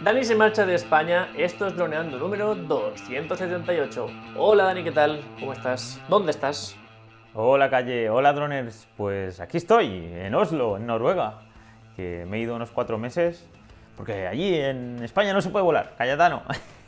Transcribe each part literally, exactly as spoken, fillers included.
Dani se marcha de España, esto es Droneando número doscientos setenta y ocho. Hola Dani, ¿qué tal? ¿Cómo estás? ¿Dónde estás? Hola calle, hola droners, pues aquí estoy, en Oslo, en Noruega, que me he ido unos cuatro meses, porque allí en España no se puede volar, Cayetano.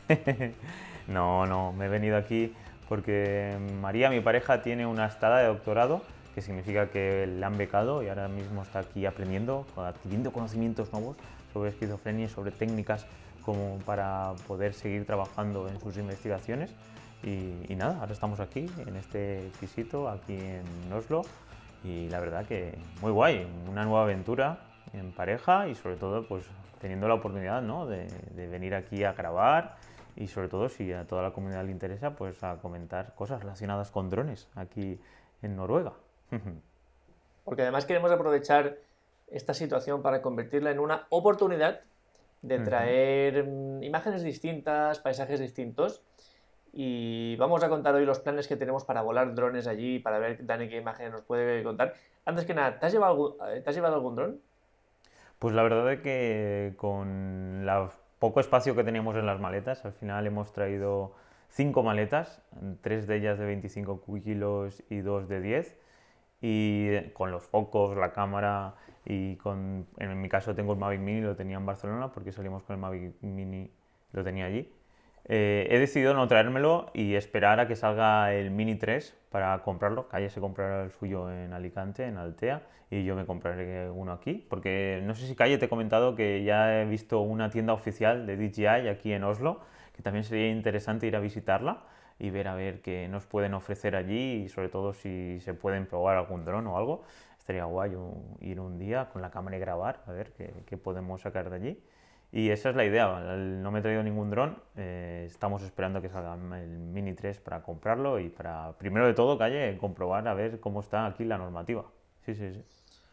No, no, me he venido aquí porque María, mi pareja, tiene una estada de doctorado, que significa que le han becado y ahora mismo está aquí aprendiendo, adquiriendo conocimientos nuevos sobre esquizofrenia y sobre técnicas como para poder seguir trabajando en sus investigaciones. Y, y nada, ahora estamos aquí, en este pisito, aquí en Oslo, y la verdad que muy guay, una nueva aventura en pareja y sobre todo pues teniendo la oportunidad, ¿no?, de, de venir aquí a grabar y sobre todo si a toda la comunidad le interesa pues a comentar cosas relacionadas con drones aquí en Noruega. Porque además queremos aprovechar esta situación para convertirla en una oportunidad de traer mm, imágenes distintas, paisajes distintos. Y vamos a contar hoy los planes que tenemos para volar drones allí, para ver, Dani, qué imágenes nos puede contar. Antes que nada, ¿te has llevado algún, eh, ¿te has llevado algún dron? Pues la verdad es que con el poco espacio que teníamos en las maletas, al final hemos traído cinco maletas, tres de ellas de veinticinco kilos y dos de diez, y con los focos, la cámara y con, en mi caso tengo el Mavic Mini, lo tenía en Barcelona porque salimos con el Mavic Mini, lo tenía allí. Eh, he decidido no traérmelo y esperar a que salga el Mini tres para comprarlo. Calle se comprará el suyo en Alicante, en Altea, y yo me compraré uno aquí. Porque no sé si Calle te he comentado que ya he visto una tienda oficial de D J I aquí en Oslo, que también sería interesante ir a visitarla y ver a ver qué nos pueden ofrecer allí y sobre todo si se pueden probar algún dron o algo. Estaría guay un- ir un día con la cámara y grabar, a ver qué, qué podemos sacar de allí. Y esa es la idea, no me he traído ningún dron, eh, estamos esperando a que salga el Mini tres para comprarlo y para, primero de todo, Calle, comprobar a ver cómo está aquí la normativa. Sí, sí, sí.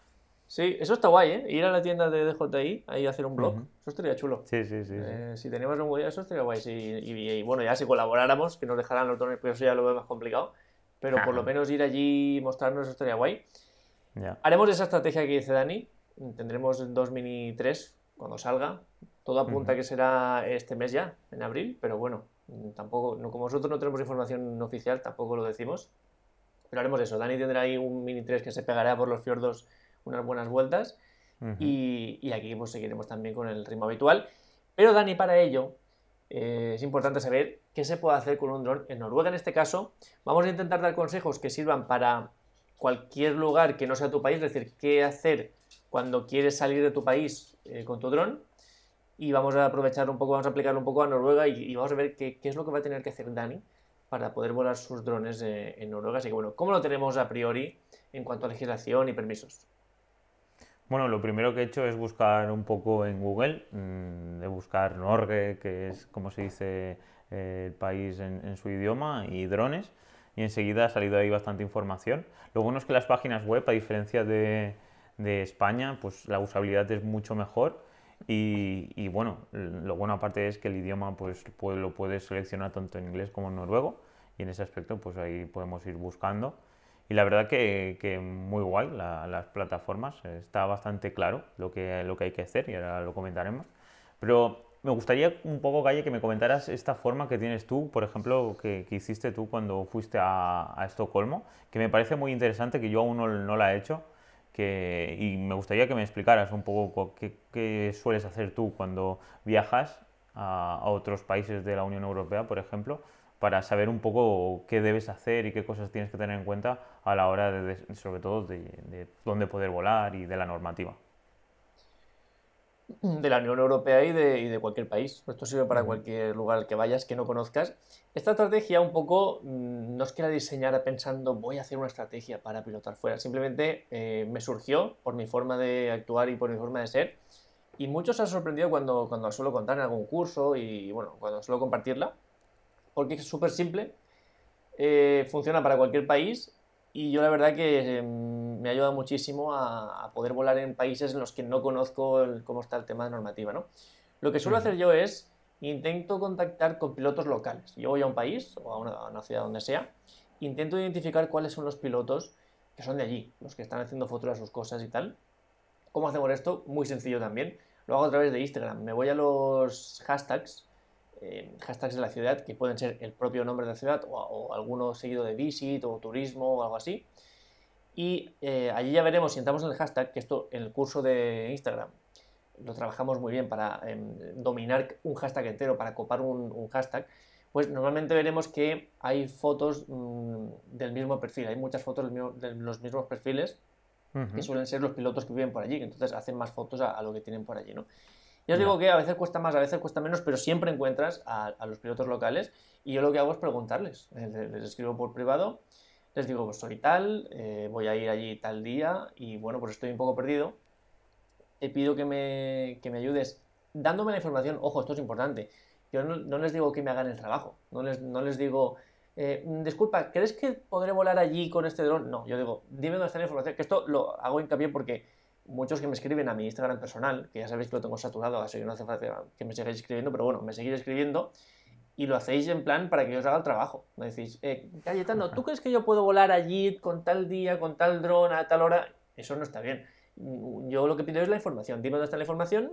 Sí, eso está guay, ¿eh? Ir a la tienda de D J I ahí a hacer un blog. Ujú. Eso estaría chulo. Sí, sí, sí, sí. Eh, si teníamos un día, eso estaría guay. Sí, y, y- y bueno, ya si colaboráramos, que nos dejaran los dones, pero eso ya lo veo más complicado. Pero por lo menos ir allí y mostrarnos, eso estaría guay. Ya. Haremos esa estrategia que dice Dani. Tendremos dos Mini tres cuando salga. Todo apunta a Ujú. que será este mes ya, en abril, pero bueno, tampoco, no, como nosotros no tenemos información oficial, tampoco lo decimos. Pero haremos eso. Dani tendrá ahí un Mini tres que se pegará por los fiordos unas buenas vueltas. Ujú. Y, y aquí pues seguiremos también con el ritmo habitual. Pero Dani, para ello, eh, es importante saber qué se puede hacer con un dron en Noruega. En este caso, vamos a intentar dar consejos que sirvan para cualquier lugar que no sea tu país, es decir, qué hacer cuando quieres salir de tu país eh, con tu dron. Y vamos a aprovechar un poco, vamos a aplicarlo un poco a Noruega y, y vamos a ver qué, qué, es lo que va a tener que hacer Dani para poder volar sus drones eh, en Noruega. Así que bueno, ¿cómo lo tenemos a priori en cuanto a legislación y permisos? Bueno, lo primero que he hecho es buscar un poco en Google, mmm, de buscar Norge, que es como se dice eh, el país en, en su idioma, y drones, y enseguida ha salido ahí bastante información. Lo bueno es que las páginas web, a diferencia de, de España, pues la usabilidad es mucho mejor y, y bueno, lo bueno aparte es que el idioma pues, pues lo puedes seleccionar tanto en inglés como en noruego y en ese aspecto pues ahí podemos ir buscando. Y la verdad que, que muy guay la- las plataformas, está bastante claro lo que, lo que hay que hacer y ahora lo comentaremos. Pero me gustaría un poco, Calle, que me comentaras esta forma que tienes tú, por ejemplo, que, que hiciste tú cuando fuiste a, a Estocolmo, que me parece muy interesante, que yo aún no, no la he hecho, que, y me gustaría que me explicaras un poco qué, qué sueles hacer tú cuando viajas a, a otros países de la Unión Europea, por ejemplo, para saber un poco qué debes hacer y qué cosas tienes que tener en cuenta a la hora de, de- sobre todo, de, de dónde poder volar y de la normativa. De la Unión Europea y de, y de cualquier país. Esto sirve para Ujú. cualquier lugar al que vayas que no conozcas. Esta estrategia un poco mm, no es que la diseñara pensando voy a hacer una estrategia para pilotar fuera. Simplemente eh, me surgió por mi forma de actuar y por mi forma de ser. Y muchos se han sorprendido cuando, cuando suelo contar en algún curso y bueno, cuando suelo compartirla. Porque es súper simple, eh, funciona para cualquier país y yo la verdad que eh, me ha ayudado muchísimo a, a poder volar en países en los que no conozco el- cómo está el tema de normativa, ¿no? Lo que suelo Ujú. hacer yo es intento contactar con pilotos locales. Yo voy a un país o a una, a una ciudad donde sea, intento identificar cuáles son los pilotos que son de allí, los que están haciendo fotos a sus cosas y tal. ¿Cómo hacemos esto? Muy sencillo también. lo hago a través de Instagram. Me voy a los hashtags, eh, hashtags de la ciudad, que pueden ser el propio nombre de la ciudad o, o alguno seguido de visit o turismo o algo así. Y eh, allí ya veremos si entramos en el hashtag, que esto en el curso de Instagram lo trabajamos muy bien para eh, dominar un hashtag entero, para copar un, un hashtag, pues normalmente veremos que hay fotos mmm, del mismo perfil, hay muchas fotos del mismo, de los mismos perfiles que Ujú. suelen ser los pilotos que viven por allí, que entonces hacen más fotos a, a lo que tienen por allí, ¿no? Ya os digo Ya. que a veces cuesta más, a veces cuesta menos, pero siempre encuentras a, a los pilotos locales y yo lo que hago es preguntarles, eh, les escribo por privado, les digo, pues soy tal, eh, voy a ir allí tal día y bueno, pues estoy un poco perdido, te pido que me, que me ayudes dándome la información. Ojo, esto es importante. Yo no, no les digo que me hagan el trabajo. No les, no les digo, eh, disculpa, ¿crees que podré volar allí con este dron? No, yo digo, dime dónde está la información. Que esto lo hago hincapié porque muchos que me escriben a mi Instagram personal, que ya sabéis que lo tengo saturado, así que no hace falta que me sigáis escribiendo, pero bueno, me seguís escribiendo y lo hacéis en plan para que yo os haga el trabajo. Me decís, eh, Cayetano, ¿tú crees que yo puedo volar allí con tal día, con tal dron, a tal hora? Eso no está bien. Yo lo que pido es la información. Dime dónde está la información,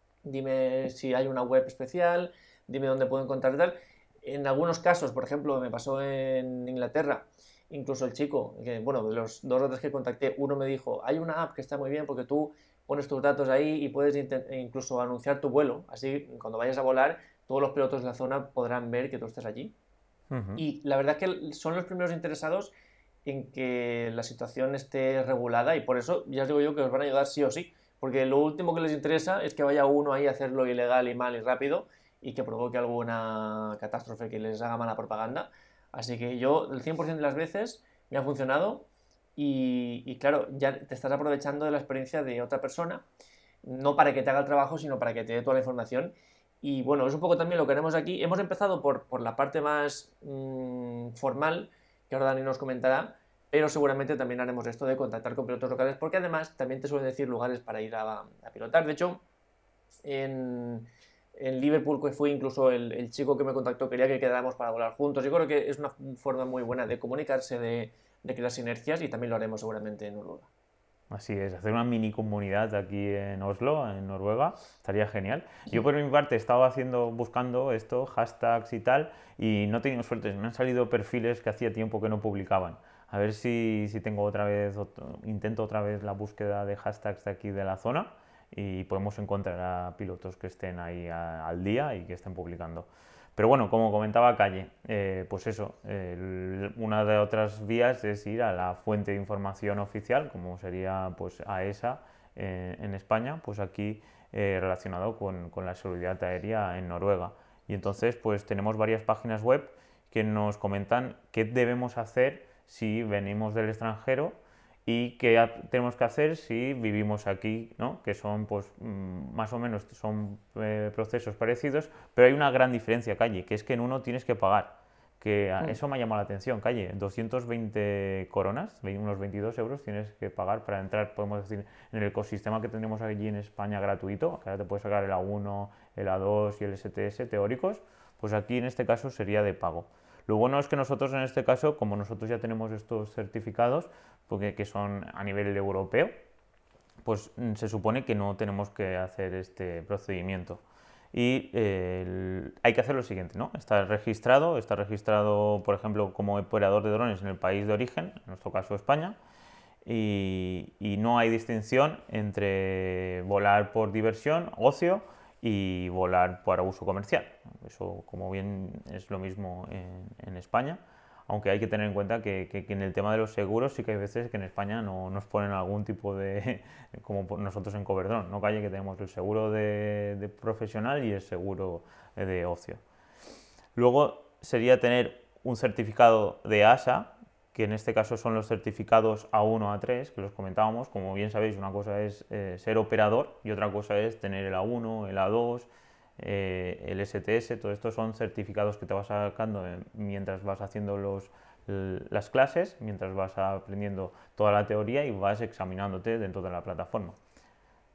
dime si hay una web especial, dime dónde puedo encontrar tal. En algunos casos, por ejemplo, me pasó en Inglaterra, incluso el chico, que, bueno, de los dos o tres que contacté, uno me dijo, hay una app que está muy bien porque tú pones tus datos ahí y puedes incluso anunciar tu vuelo. Así, cuando vayas a volar, todos los pilotos de la zona podrán ver que tú estás allí. Ujú. Y la verdad que son los primeros interesados en que la situación esté regulada y por eso ya os digo yo que os van a ayudar sí o sí, porque lo último que les interesa es que vaya uno ahí a hacerlo ilegal y mal y rápido y que provoque alguna catástrofe que les haga mala propaganda. Así que yo el cien por ciento de las veces me ha funcionado y, y claro, ya te estás aprovechando de la experiencia de otra persona, no para que te haga el trabajo, sino para que te dé toda la información y bueno, es un poco también lo que haremos aquí. Hemos empezado por, por la parte más mmm, formal, que ahora Dani nos comentará, pero seguramente también haremos esto de contactar con pilotos locales, porque además también te suelen decir lugares para ir a, a pilotar. De hecho, en, en Liverpool, que fue incluso el, el, chico que me contactó, quería que quedáramos para volar juntos. Yo creo que es una forma muy buena de comunicarse, de, de crear sinergias y también lo haremos seguramente en Noruega. Así es, hacer una mini comunidad aquí en Oslo, en Noruega, estaría genial. Yo por mi parte estaba haciendo, buscando esto, hashtags y tal, y no he tenido suerte, me han salido perfiles que hacía tiempo que no publicaban. A ver si, si tengo otra vez, otro, intento otra vez la búsqueda de hashtags de aquí de la zona y podemos encontrar a pilotos que estén ahí a, al día y que estén publicando. Pero bueno, como comentaba Calle, eh, pues eso, eh, una de otras vías es ir a la fuente de información oficial, como sería pues AESA eh, en España, pues aquí eh, relacionado con, con la seguridad aérea en Noruega. Y entonces pues tenemos varias páginas web que nos comentan qué debemos hacer si venimos del extranjero y qué tenemos que hacer si vivimos aquí, ¿no? Que son pues más o menos son eh, procesos parecidos, pero hay una gran diferencia, Calle, que es que en uno tienes que pagar, que Mm. eso me ha llamado la atención, Calle, doscientos veinte coronas, unos veintidós euros tienes que pagar para entrar, podemos decir, en el ecosistema que tenemos allí en España gratuito, que ahora te puedes sacar el A uno, el A dos y el S T S teóricos, pues aquí en este caso sería de pago. Lo bueno es que nosotros en este caso, como nosotros ya tenemos estos certificados, porque, que son a nivel europeo, pues se supone que no tenemos que hacer este procedimiento. Y eh, el, hay que hacer lo siguiente, ¿no? Está registrado, está registrado, por ejemplo, como operador de drones en el país de origen, en nuestro caso España, y, y no hay distinción entre volar por diversión, ocio, y volar para uso comercial. Eso, como bien, es lo mismo en, en España, aunque hay que tener en cuenta que, que, que, en el tema de los seguros sí que hay veces que en España no nos ponen algún tipo de, como nosotros en Coverdron, no calle que tenemos el seguro de, de profesional y el seguro de ocio. Luego sería tener un certificado de A S A, que en este caso son los certificados A uno, A tres, que los comentábamos. Como bien sabéis, una cosa es eh, ser operador y otra cosa es tener el A uno, el A dos, eh, el S T S. Todo esto son certificados que te vas sacando mientras vas haciendo los, las clases, mientras vas aprendiendo toda la teoría y vas examinándote dentro de la plataforma.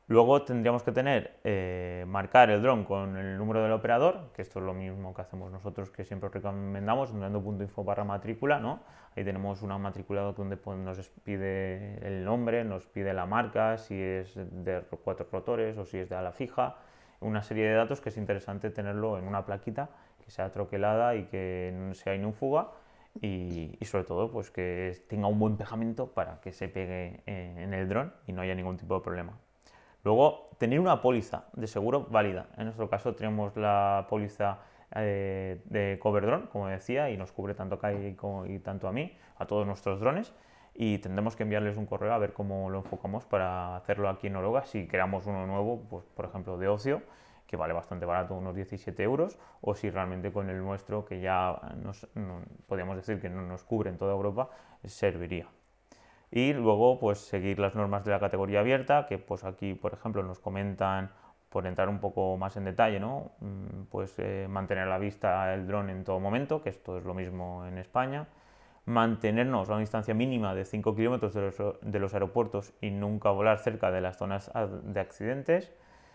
Luego tendríamos que tener, eh, marcar el dron con el número del operador, que esto es lo mismo que hacemos nosotros, que siempre os recomendamos, entrando punto info barra matrícula, ¿no? Ahí tenemos una matrícula donde pues, nos pide el nombre, nos pide la marca, si es de cuatro rotores o si es de ala fija, una serie de datos que es interesante tenerlo en una plaquita que sea troquelada y que no sea inúfuga y, y sobre todo pues que tenga un buen pegamento para que se pegue en el dron y no haya ningún tipo de problema. Luego, tener una póliza de seguro válida. En nuestro caso tenemos la póliza eh, de Cover Drone, como decía, y nos cubre tanto a Kai como, y tanto a mí, a todos nuestros drones. Y tendremos que enviarles un correo a ver cómo lo enfocamos para hacerlo aquí en Noruega. Si creamos uno nuevo, pues, por ejemplo, de ocio, que vale bastante barato, unos diecisiete euros, o si realmente con el nuestro, que ya nos, no, podríamos decir que no nos cubre en toda Europa, serviría. Y luego pues seguir las normas de la categoría abierta, que pues aquí por ejemplo nos comentan, por entrar un poco más en detalle, ¿no? Pues eh, mantener a la vista el dron en todo momento, que esto es lo mismo en España, mantenernos a una distancia mínima de cinco kilómetros de los, de los aeropuertos y nunca volar cerca de las zonas de accidentes,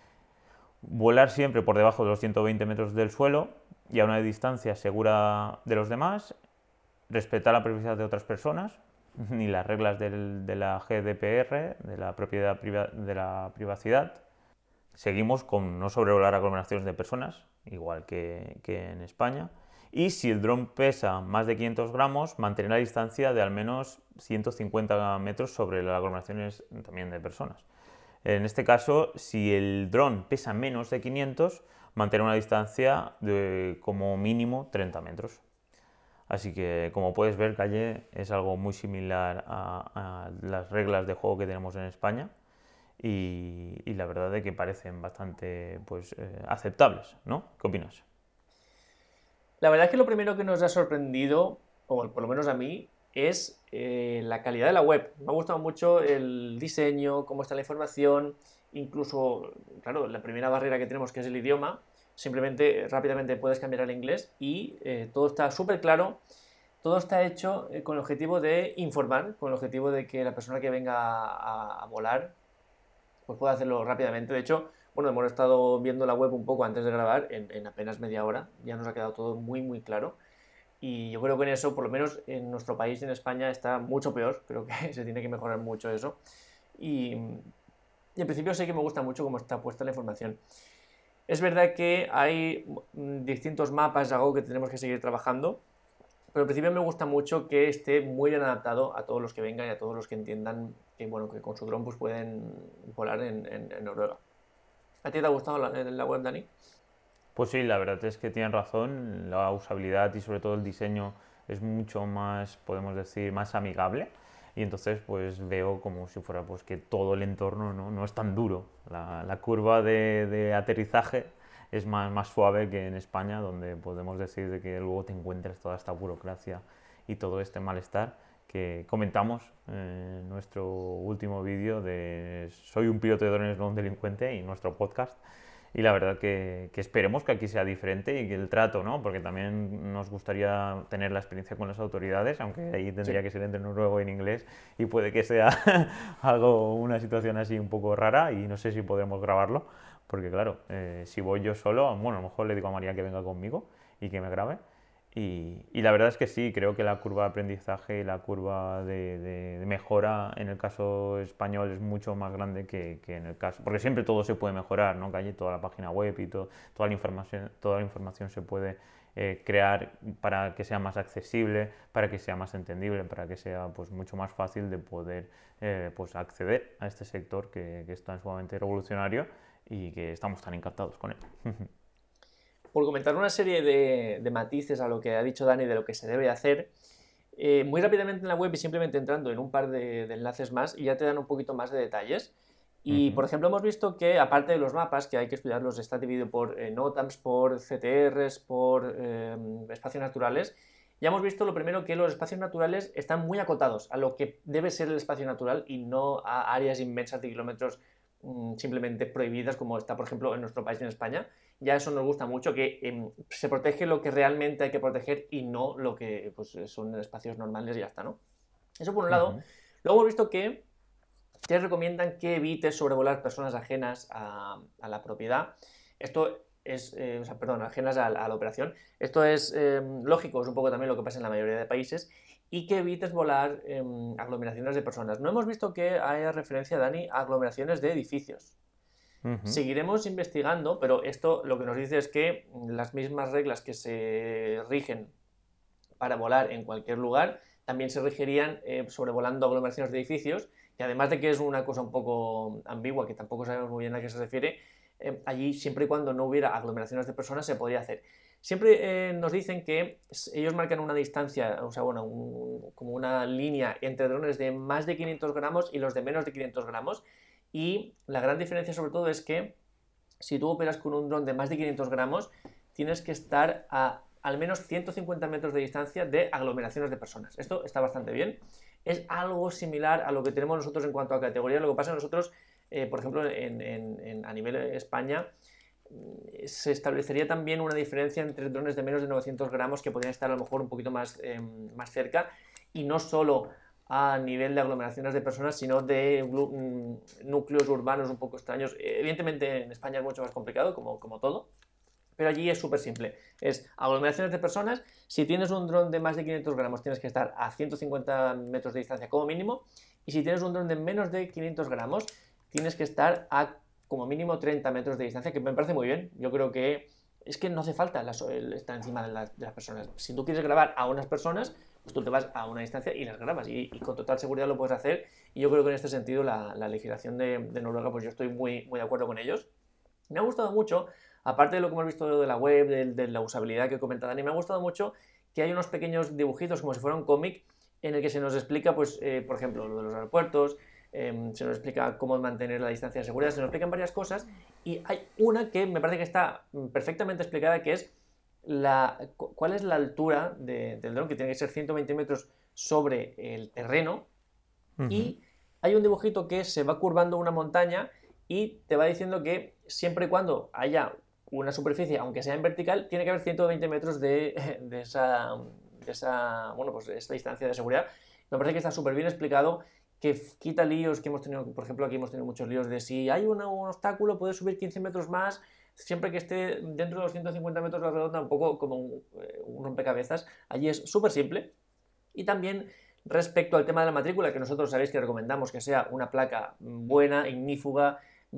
volar siempre por debajo de los ciento veinte metros del suelo y a una distancia segura de los demás, respetar la privacidad de otras personas, ni las reglas del, de la G D P R, de la propiedad priva, de la privacidad. Seguimos con no sobrevolar aglomeraciones de personas, igual que, que en España. Y si el dron pesa más de quinientos gramos, mantener la distancia de al menos ciento cincuenta metros sobre las aglomeraciones también de personas. En este caso, si el dron pesa menos de quinientos, mantener una distancia de como mínimo treinta metros. Así que, como puedes ver, Calle, es algo muy similar a, a las reglas de juego que tenemos en España y, y la verdad es que parecen bastante pues, eh, aceptables, ¿no? ¿Qué opinas? La verdad es que lo primero que nos ha sorprendido, o por lo menos a mí, es eh, la calidad de la web. Me ha gustado mucho el diseño, cómo está la información, incluso, claro, la primera barrera que tenemos, que es el idioma, simplemente rápidamente puedes cambiar al inglés y eh, todo está súper claro. Todo está hecho eh, con el objetivo de informar, con el objetivo de que la persona que venga a, a volar pues pueda hacerlo rápidamente. De hecho, bueno, hemos estado viendo la web un poco antes de grabar, en, en apenas media hora, ya nos ha quedado todo muy, muy claro. Y yo creo que en eso, por lo menos en nuestro país, en España, está mucho peor. Creo que se tiene que mejorar mucho eso. Y, y en principio sí que me gusta mucho cómo está puesta la información. Es verdad que hay mm, distintos mapas de algo que tenemos que seguir trabajando, pero en principio me gusta mucho que esté muy bien adaptado a todos los que vengan y a todos los que entiendan que, bueno, que con su dron pues pueden volar en, en, en Noruega. ¿A ti te ha gustado la, la web, Dani? Pues sí, la verdad es que tienen razón, la usabilidad y sobre todo el diseño es mucho más, podemos decir, más amigable y entonces pues veo como si fuera pues que todo el entorno no, no es tan duro. La, la curva de, de aterrizaje es más, más suave que en España, donde podemos decir de que luego te encuentres toda esta burocracia y todo este malestar que comentamos en nuestro último vídeo de Soy un piloto de drones, no un delincuente, y nuestro podcast. Y la verdad que, que esperemos que aquí sea diferente y que el trato, ¿no? Porque también nos gustaría tener la experiencia con las autoridades, aunque ahí tendría Sí. que ser entre noruego y en inglés y puede que sea algo, una situación así un poco rara y no sé si podremos grabarlo, porque claro, eh, si voy yo solo, bueno, a lo mejor le digo a María que venga conmigo y que me grabe. Y, y, la verdad es que sí, creo que la curva de aprendizaje y la curva de, de, de, mejora en el caso español es mucho más grande que, que, en el caso, porque siempre todo se puede mejorar, ¿no? Calle, toda la página web y todo, toda, la información, toda la información se puede eh, crear para que sea más accesible, para que sea más entendible, para que sea pues, mucho más fácil de poder eh, pues, acceder a este sector que, que es tan sumamente revolucionario y que estamos tan encantados con él. Por comentar una serie de, de matices a lo que ha dicho Dani de lo que se debe hacer, eh, muy rápidamente en la web y simplemente entrando en un par de, de enlaces más y ya te dan un poquito más de detalles. Y, por ejemplo, hemos visto que, aparte de los mapas, que hay que estudiarlos, está dividido por eh, NOTAMs, por C T Rs, por eh, espacios naturales. Ya hemos visto lo primero, que los espacios naturales están muy acotados a lo que debe ser el espacio natural y no a áreas inmensas de kilómetros mmm, simplemente prohibidas, como está, por ejemplo, en nuestro país, en España. Ya eso nos gusta mucho, que eh, se protege lo que realmente hay que proteger y no lo que pues, son espacios normales y ya está, ¿no? Eso por un lado. Uh-huh. Luego hemos visto que te recomiendan que evites sobrevolar personas ajenas a, a la propiedad. Esto es, eh, o sea, perdón, ajenas a, a la operación. Esto es eh, lógico, es un poco también lo que pasa en la mayoría de países, y que evites volar eh, aglomeraciones de personas. No hemos visto que haya referencia, Dani, a aglomeraciones de edificios. Ujú. Seguiremos investigando, pero esto lo que nos dice es que las mismas reglas que se rigen para volar en cualquier lugar también se rigirían eh, sobrevolando aglomeraciones de edificios, que además de que es una cosa un poco ambigua, que tampoco sabemos muy bien a qué se refiere, eh, allí siempre y cuando no hubiera aglomeraciones de personas se podría hacer. Siempre eh, nos dicen que ellos marcan una distancia, o sea, bueno, un, como una línea entre drones de más de quinientos gramos y los de menos de quinientos gramos, y la gran diferencia sobre todo es que si tú operas con un dron de más de quinientos gramos, tienes que estar a al menos ciento cincuenta metros de distancia de aglomeraciones de personas. Esto está bastante bien. Es algo similar a lo que tenemos nosotros en cuanto a categoría. Lo que pasa es que nosotros, eh, por ejemplo, en, en, en, a nivel España, se establecería también una diferencia entre drones de menos de novecientos gramos que podrían estar a lo mejor un poquito más, eh, más cerca, y no solo a nivel de aglomeraciones de personas, sino de núcleos urbanos un poco extraños. Evidentemente en España es mucho más complicado, como, como todo, pero allí es súper simple. Es aglomeraciones de personas. Si tienes un dron de más de quinientos gramos, tienes que estar a ciento cincuenta metros de distancia como mínimo. Y si tienes un dron de menos de quinientos gramos, tienes que estar a como mínimo treinta metros de distancia, que me parece muy bien. Yo creo que es que no hace falta la, estar encima de, la, de las personas. Si tú quieres grabar a unas personas, pues tú te vas a una distancia y las grabas. Y, y con total seguridad lo puedes hacer. Y yo creo que en este sentido la, la legislación de, de Noruega, pues yo estoy muy, muy de acuerdo con ellos. Me ha gustado mucho, aparte de lo que hemos visto de la web, de, de la usabilidad que comenta Dani, me ha gustado mucho que hay unos pequeños dibujitos como si fuera un cómic en el que se nos explica, pues, eh, por ejemplo, lo de los aeropuertos, eh, se nos explica cómo mantener la distancia de seguridad, se nos explican varias cosas, y hay una que me parece que está perfectamente explicada, que es la, cuál es la altura de, del dron, que tiene que ser ciento veinte metros sobre el terreno, uh-huh. Y hay un dibujito que se va curvando una montaña y te va diciendo que siempre y cuando haya una superficie, aunque sea en vertical, tiene que haber ciento veinte metros de, de, esa, de esa, bueno, pues esta distancia de seguridad. Me parece que está súper bien explicado, que quita líos que hemos tenido, por ejemplo, aquí hemos tenido muchos líos de si hay una, un obstáculo, puedes subir quince metros más, siempre que esté dentro de los ciento cincuenta metros de la redonda, un poco como un, un rompecabezas. Allí es súper simple. Y también respecto al tema de la matrícula, que nosotros sabéis que recomendamos que sea una placa buena, ignífuga,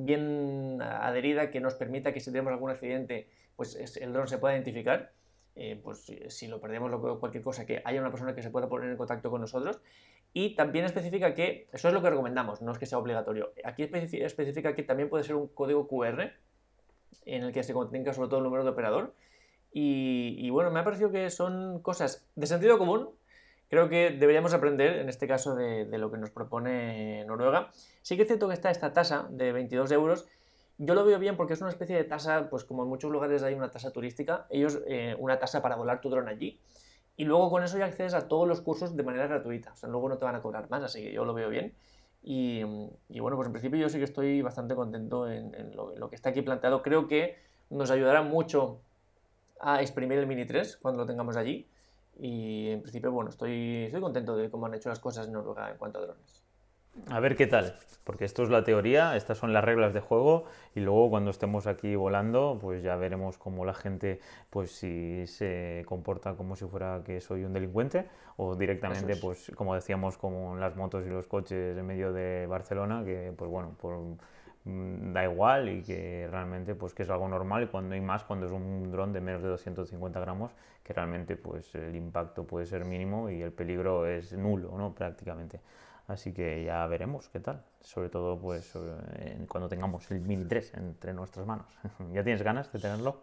bien adherida, que nos permita que si tenemos algún accidente, pues el dron se pueda identificar. Eh, pues si lo perdemos o cualquier cosa, que haya una persona que se pueda poner en contacto con nosotros. Y también especifica que, eso es lo que recomendamos, no es que sea obligatorio, aquí especifica que también puede ser un código cu erre en el que se contenga sobre todo el número de operador. Y, y bueno, me ha parecido que son cosas de sentido común. Creo que deberíamos aprender, en este caso, de, de lo que nos propone Noruega. Sí que es cierto que está esta tasa de veintidós euros. Yo lo veo bien porque es una especie de tasa, pues como en muchos lugares hay una tasa turística, ellos eh, una tasa para volar tu dron allí. Y luego con eso ya accedes a todos los cursos de manera gratuita. O sea, luego no te van a cobrar más, así que yo lo veo bien. Y, y bueno, pues en principio yo sí que estoy bastante contento en, en, lo, en lo que está aquí planteado. Creo que nos ayudará mucho a exprimir el Mini tres cuando lo tengamos allí. Y en principio, bueno, estoy, estoy contento de cómo han hecho las cosas en Noruega en cuanto a drones. A ver qué tal, porque esto es la teoría, estas son las reglas de juego, y luego cuando estemos aquí volando, pues ya veremos cómo la gente, pues si se comporta como si fuera que soy un delincuente, o directamente, es. pues como decíamos, como las motos y los coches en medio de Barcelona, que pues bueno, por, da igual, y que realmente pues que es algo normal, y cuando hay más, cuando es un dron de menos de doscientos cincuenta gramos, que realmente pues el impacto puede ser mínimo y el peligro es nulo, ¿no? Prácticamente. Así que ya veremos qué tal, sobre todo pues sobre, eh, cuando tengamos el Mini tres entre nuestras manos. ¿Ya tienes ganas de tenerlo?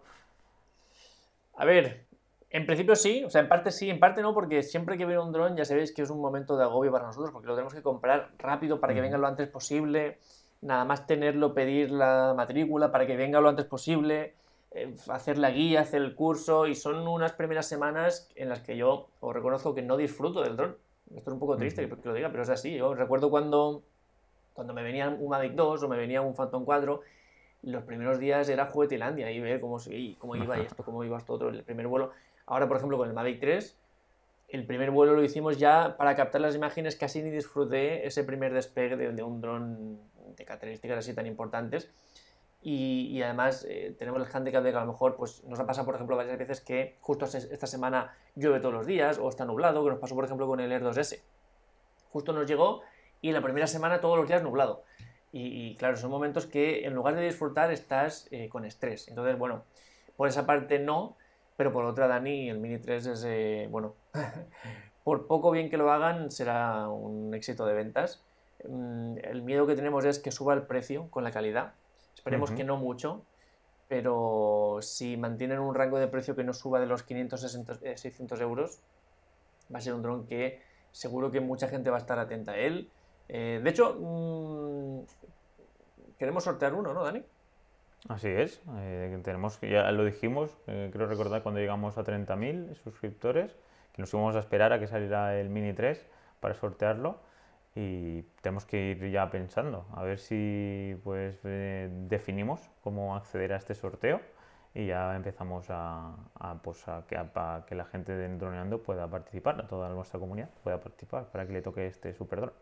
A ver, en principio sí, o sea, en parte sí, en parte no, porque siempre que viene un dron ya sabéis que es un momento de agobio para nosotros, porque lo tenemos que comprar rápido para que uh-huh. venga lo antes posible, nada más tenerlo, pedir la matrícula para que venga lo antes posible, eh, hacer la guía, hacer el curso, y son unas primeras semanas en las que yo os reconozco que no disfruto del dron. Esto es un poco triste uh-huh. que lo diga, pero es así. Yo recuerdo cuando, cuando me venía un Mavic dos o me venía un Phantom cuatro, los primeros días era juguetilandia y ver cómo, cómo iba esto, cómo iba esto otro, el primer vuelo. Ahora, por ejemplo, con el Mavic tres, el primer vuelo lo hicimos ya para captar las imágenes, casi ni disfruté ese primer despegue de, de un dron de características así tan importantes. Y, y además eh, tenemos el handicap de que a lo mejor pues, nos ha pasado, por ejemplo, varias veces que justo esta semana llueve todos los días o está nublado, que nos pasó, por ejemplo, con el Air dos ese. Justo nos llegó y en la primera semana todos los días nublado. Y, y claro, son momentos que en lugar de disfrutar estás eh, con estrés. Entonces, bueno, por esa parte no, pero por otra, Dani, el Mini tres es, eh, bueno, por poco bien que lo hagan, será un éxito de ventas. Mm, el miedo que tenemos es que suba el precio con la calidad. Esperemos Ujú. que no mucho, pero si mantienen un rango de precio que no suba de los quinientos, seiscientos euros, va a ser un dron que seguro que mucha gente va a estar atenta a él. Eh, de hecho, mmm, queremos sortear uno, ¿no, Dani? Así es, eh, tenemos, ya lo dijimos, eh, creo recordar cuando llegamos a treinta mil suscriptores, que nos íbamos a esperar a que saliera el Mini tres para sortearlo y tenemos que ir ya pensando, a ver si pues eh, definimos cómo acceder a este sorteo y ya empezamos a, a, pues, a, que, a, que la gente de Droneando pueda participar, a toda nuestra comunidad pueda participar para que le toque este super dron.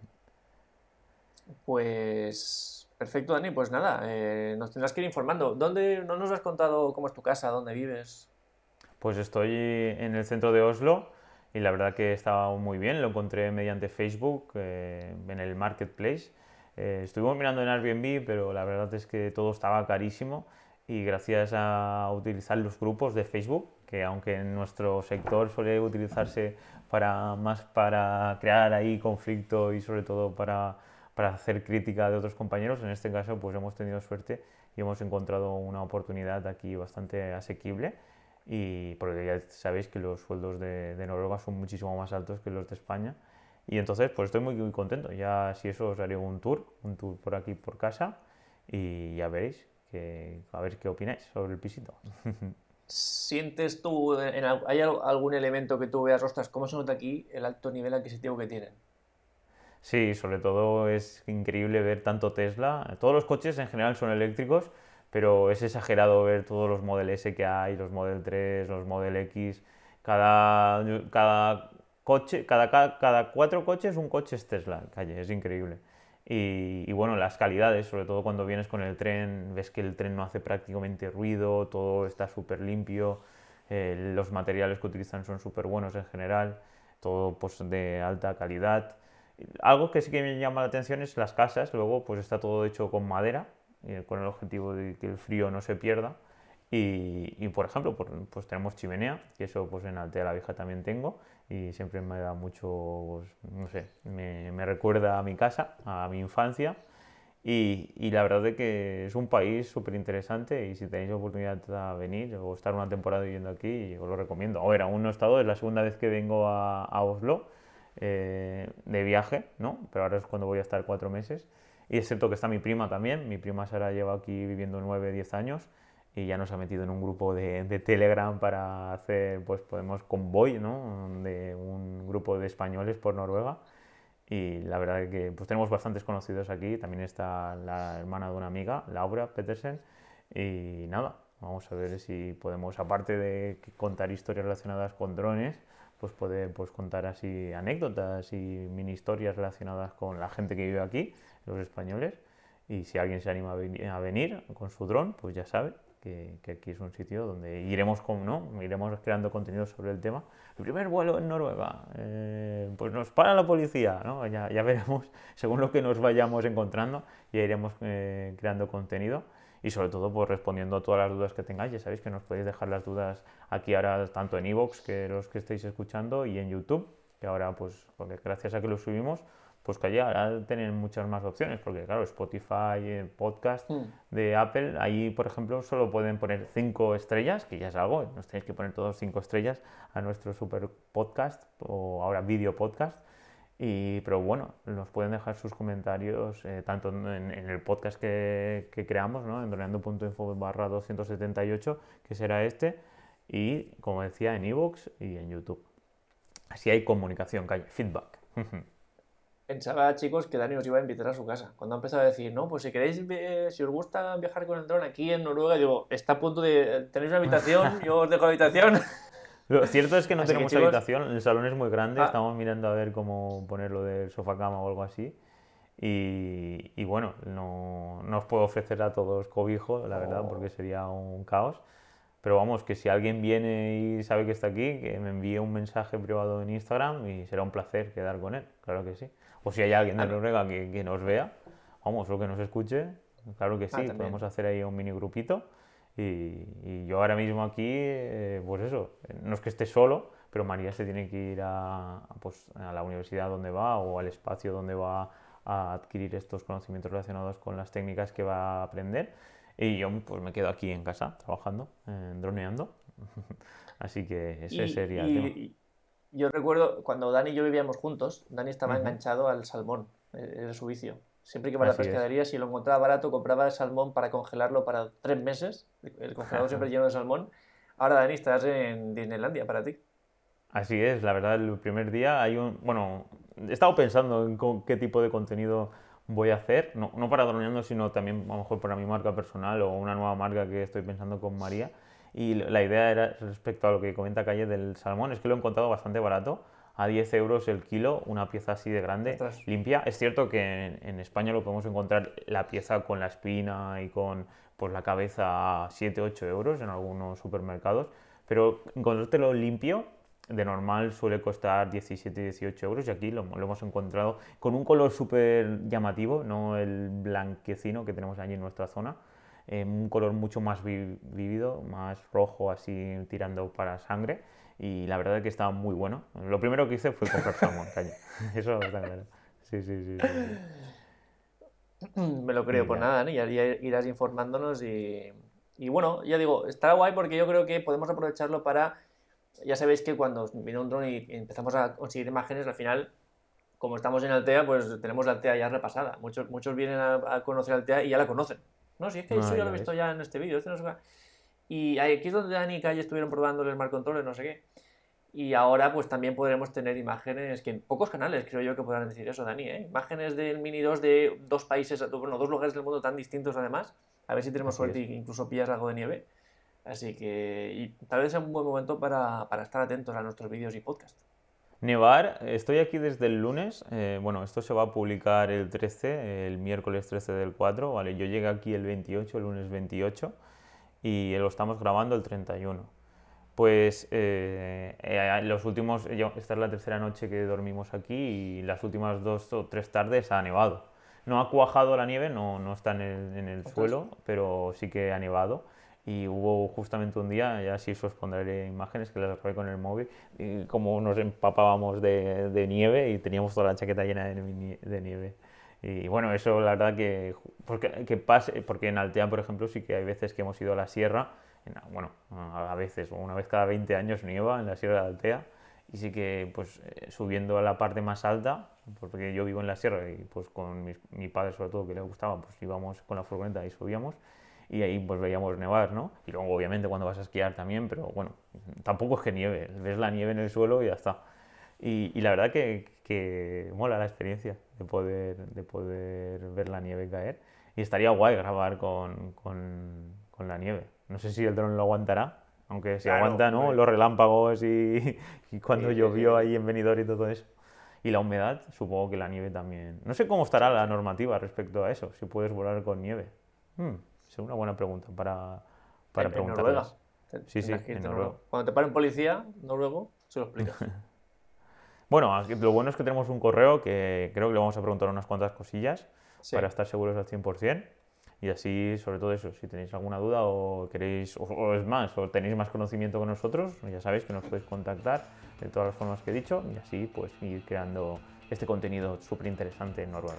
Pues perfecto, Dani. Pues nada, eh, nos tendrás que ir informando. ¿Dónde no nos has contado cómo es tu casa, dónde vives? Pues estoy en el centro de Oslo y la verdad que estaba muy bien, lo encontré mediante Facebook eh, en el Marketplace. Eh, estuvimos mirando en Airbnb, pero la verdad es que todo estaba carísimo y gracias a utilizar los grupos de Facebook, que aunque en nuestro sector suele utilizarse para más para crear ahí conflicto y sobre todo para, para hacer crítica de otros compañeros, en este caso pues hemos tenido suerte y hemos encontrado una oportunidad aquí bastante asequible y porque ya sabéis que los sueldos de, de Noruega son muchísimo más altos que los de España y entonces pues estoy muy, muy contento. Ya si eso os haré un tour, un tour por aquí por casa y ya veréis que, a ver qué opináis sobre el pisito. ¿Sientes tú, en al- hay al- algún elemento que tú veas, ostras, cómo se nota aquí el alto nivel adquisitivo que tienen? Sí, sobre todo es increíble ver tanto Tesla. Todos los coches en general son eléctricos, pero es exagerado ver todos los Model S que hay, los Model tres, los Model X. Cada, cada coche, cada, cada, cada cuatro coches, un coche es Tesla, calle, es increíble. Y, y bueno, las calidades, sobre todo cuando vienes con el tren, ves que el tren no hace prácticamente ruido, todo está súper limpio, eh, los materiales que utilizan son súper buenos en general, todo pues, de alta calidad. Algo que sí que me llama la atención es las casas, luego pues está todo hecho con madera, eh, con el objetivo de que el frío no se pierda. Y, y, por ejemplo, por, pues tenemos chimenea, que eso pues en Altea la Vieja también tengo, y siempre me da mucho, pues, no sé, me, me recuerda a mi casa, a mi infancia, y, y la verdad es que es un país súper interesante y si tenéis oportunidad de venir o estar una temporada viviendo aquí, os lo recomiendo. A ver, aún no he estado, es la segunda vez que vengo a, a Oslo eh, de viaje, ¿no? Pero ahora es cuando voy a estar cuatro meses. Y es cierto que está mi prima también, mi prima Sara lleva aquí viviendo nueve, diez años y ya nos ha metido en un grupo de, de Telegram para hacer, pues podemos convoy, ¿no? De un grupo de españoles por Noruega y la verdad es que pues tenemos bastantes conocidos aquí. También está la hermana de una amiga, Laura Petersen. Y nada, vamos a ver si podemos, aparte de contar historias relacionadas con drones, pues poder pues, contar así anécdotas y mini historias relacionadas con la gente que vive aquí, los españoles. Y si alguien se anima a venir con su dron, pues ya sabe que, que aquí es un sitio donde iremos, con, ¿no? iremos creando contenido sobre el tema. El primer vuelo en Noruega, eh, pues nos para la policía, ¿no? Ya, ya veremos, según lo que nos vayamos encontrando, ya iremos eh, creando contenido y sobre todo pues respondiendo a todas las dudas que tengáis. Ya sabéis que nos podéis dejar las dudas aquí ahora tanto en iVoox, que los que estáis escuchando, y en YouTube, que ahora pues porque gracias a que lo subimos, pues que allá ahora tienen muchas más opciones, porque claro, Spotify, eh, podcast Hmm. de Apple, ahí por ejemplo solo pueden poner cinco estrellas, que ya es algo, nos tenéis que poner todos cinco estrellas a nuestro super podcast o ahora video podcast. Y, pero bueno, nos pueden dejar sus comentarios eh, tanto en, en el podcast que, que creamos, ¿no? En droneando punto info barra doscientos setenta y ocho, que será este, y como decía, en iVoox y en YouTube. Así hay comunicación, que hay feedback. Pensaba, chicos, que Dani os iba a invitar a su casa. Cuando ha empezado a decir, no, pues si queréis, eh, si os gusta viajar con el dron aquí en Noruega, digo, está a punto de. ¿Tenéis una habitación? Yo os dejo la habitación. Lo cierto es que no Así que, tenemos chicos, habitación, el salón es muy grande, ah, estamos mirando a ver cómo ponerlo del sofá cama o algo así. Y, y bueno, no, no os puedo ofrecer a todos cobijo, la verdad, porque oh, sería un caos. Pero vamos, que si alguien viene y sabe que está aquí, que me envíe un mensaje privado en Instagram y será un placer quedar con él, claro que sí. O si hay alguien de ah, Noruega que, que nos vea, vamos, o que nos escuche, claro que ah, sí, podemos también. hacer ahí un mini grupito. Y, y yo ahora mismo aquí, eh, pues eso, no es que esté solo, pero María se tiene que ir a, a, pues, a la universidad donde va o al espacio donde va a adquirir estos conocimientos relacionados con las técnicas que va a aprender. Y yo pues me quedo aquí en casa trabajando, eh, droneando. Así que ese Y, sería el tema. y yo recuerdo cuando Dani y yo vivíamos juntos, Dani estaba Ujú. enganchado al salmón, eh, era su vicio. Siempre que iba a la Así es. pescadería, si lo encontraba barato, compraba el salmón para congelarlo para tres meses. El congelador siempre lleno de salmón. Ahora, Dani, estás en Disneylandia para ti. Así es, la verdad, el primer día hay un... Bueno, he estado pensando en co- qué tipo de contenido voy a hacer, no, no para Droneando, sino también a lo mejor para mi marca personal o una nueva marca que estoy pensando con María. Y la idea era respecto a lo que comenta Calle del salmón, es que lo he encontrado bastante barato, a diez euros el kilo, una pieza así de grande, Ostras, limpia. Es cierto que en, en España lo podemos encontrar la pieza con la espina y con pues, la cabeza a siete ocho euros en algunos supermercados, pero encontrártelo limpio de normal suele costar diecisiete dieciocho euros y aquí lo, lo hemos encontrado con un color súper llamativo, no el blanquecino que tenemos allí en nuestra zona, eh, un color mucho más vi- vívido, más rojo así tirando para sangre y la verdad es que estaba muy bueno. Lo primero que hice fue comprar salmón, caña. Eso está claro. Sí, sí, sí, sí, sí. me lo creo, Y pues ya. nada, Dani, ya, ya irás informándonos y, y bueno, ya digo, está guay porque yo creo que podemos aprovecharlo para, ya sabéis que cuando viene un dron y empezamos a conseguir imágenes, al final como estamos en Altea, pues tenemos la Altea ya repasada. Muchos, muchos vienen a, a conocer Altea y ya la conocen. No, si es que eso Ah, ya lo ya he visto ves. ya en este vídeo. Este no sé qué. Y aquí es donde Dani y Calle estuvieron probando el Smart Controller, no sé qué. Y ahora pues también podremos tener imágenes, que en pocos canales creo yo que podrán decir eso, Dani, ¿eh? Imágenes del Mini dos de dos países, bueno, dos lugares del mundo tan distintos además. A ver si tenemos Así suerte es. e incluso pillas algo de nieve. Así que y tal vez sea un buen momento para, para estar atentos a nuestros vídeos y podcasts. Nevar, estoy aquí desde el lunes. Eh, bueno, esto se va a publicar el trece, el miércoles trece del cuatro, ¿vale? Yo llegué aquí el veintiocho, el lunes veintiocho, y lo estamos grabando el treinta y uno. Pues eh, eh, los últimos, yo- esta es la tercera noche que dormimos aquí y las últimas dos o tres tardes ha nevado. No ha cuajado la nieve, no, no está en el, en el Ostras, suelo, pero sí que ha nevado. Y hubo justamente un día, ya sí os pondré imágenes que las grabé con el móvil, y como nos empapábamos de, de nieve y teníamos toda la chaqueta llena de, nie- de nieve. Y bueno, eso la verdad que, porque, que pase, porque en Altea, por ejemplo, sí que hay veces que hemos ido a la sierra, en- bueno, a veces, o una vez cada veinte años nieva en la sierra de Altea, y sí que pues eh, subiendo a la parte más alta, porque yo vivo en la sierra y pues con mis- mi padre sobre todo que le gustaba, pues íbamos con la furgoneta y subíamos y ahí pues veíamos nevar, ¿no? Y luego obviamente cuando vas a esquiar también, pero bueno, tampoco es que nieve, ves la nieve en el suelo y ya está. Y, y la verdad que, que mola la experiencia de poder, de poder ver la nieve caer. Y estaría guay grabar con, con, con la nieve. No sé si el dron lo aguantará, aunque si claro, aguanta, ¿no? hombre. Los relámpagos y, y cuando Sí, sí, llovió sí. ahí en Benidorm y todo eso. Y la humedad, supongo que la nieve también. No sé cómo estará Sí, la sí. normativa respecto a eso, si puedes volar con nieve. Hmm, es una buena pregunta para, para En, en Noruega. preguntarles. Te- Sí, Tendrás sí, que en irte a Noruega. Noruega. Cuando te pare un policía noruego, se lo explicas. Bueno, aquí lo bueno es que tenemos un correo que creo que le vamos a preguntar unas cuantas cosillas para Sí. estar seguros al cien por ciento. Y así, sobre todo eso, si tenéis alguna duda o queréis, o, o es más, o tenéis más conocimiento que nosotros, ya sabéis que nos podéis contactar de todas las formas que he dicho y así pues ir creando este contenido súper interesante en Noruega.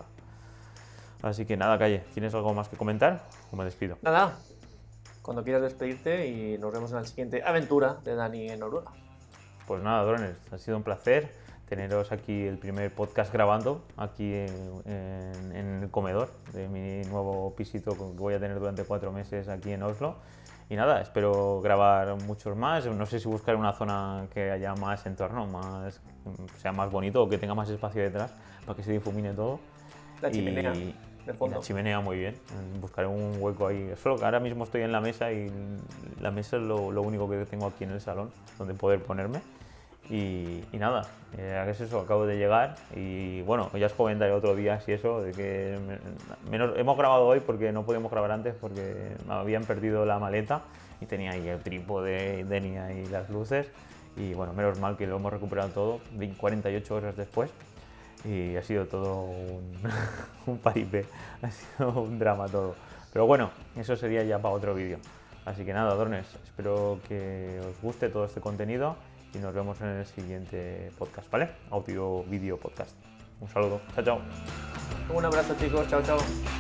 Así que nada, Calle, ¿tienes algo más que comentar o me despido? Nada, cuando quieras despedirte y nos vemos en la siguiente aventura de Dani en Noruega. Pues nada, drones, ha sido un placer teneros aquí el primer podcast grabando aquí en, en- en el comedor de mi nuevo pisito que voy a tener durante cuatro meses aquí en Oslo. Y nada, espero grabar muchos más. No sé si buscar una zona que haya más entorno, más, sea más bonito o que tenga más espacio detrás para que se difumine todo. La chimenea. Y de Y fondo. la chimenea muy bien, buscaré un hueco ahí. Solo que ahora mismo estoy en la mesa y la mesa es lo, lo único que tengo aquí en el salón donde poder ponerme. Y, y nada, eh, ¿qué es eso? Acabo de llegar y bueno, ya os comentaré otro día si eso, de que me- menos, hemos grabado hoy porque no podíamos grabar antes porque me habían perdido la maleta y tenía ahí el trípode, tenía ahí las luces y bueno, menos mal que lo hemos recuperado todo cuarenta y ocho horas después y ha sido todo un, un paripé, ha sido un drama todo. Pero bueno, eso sería ya para otro vídeo. Así que nada, Dornes, espero que os guste todo este contenido y nos vemos en el siguiente podcast, ¿vale? Audio, vídeo, podcast. Un saludo, chao, chao. Un abrazo, chicos, chao, chao.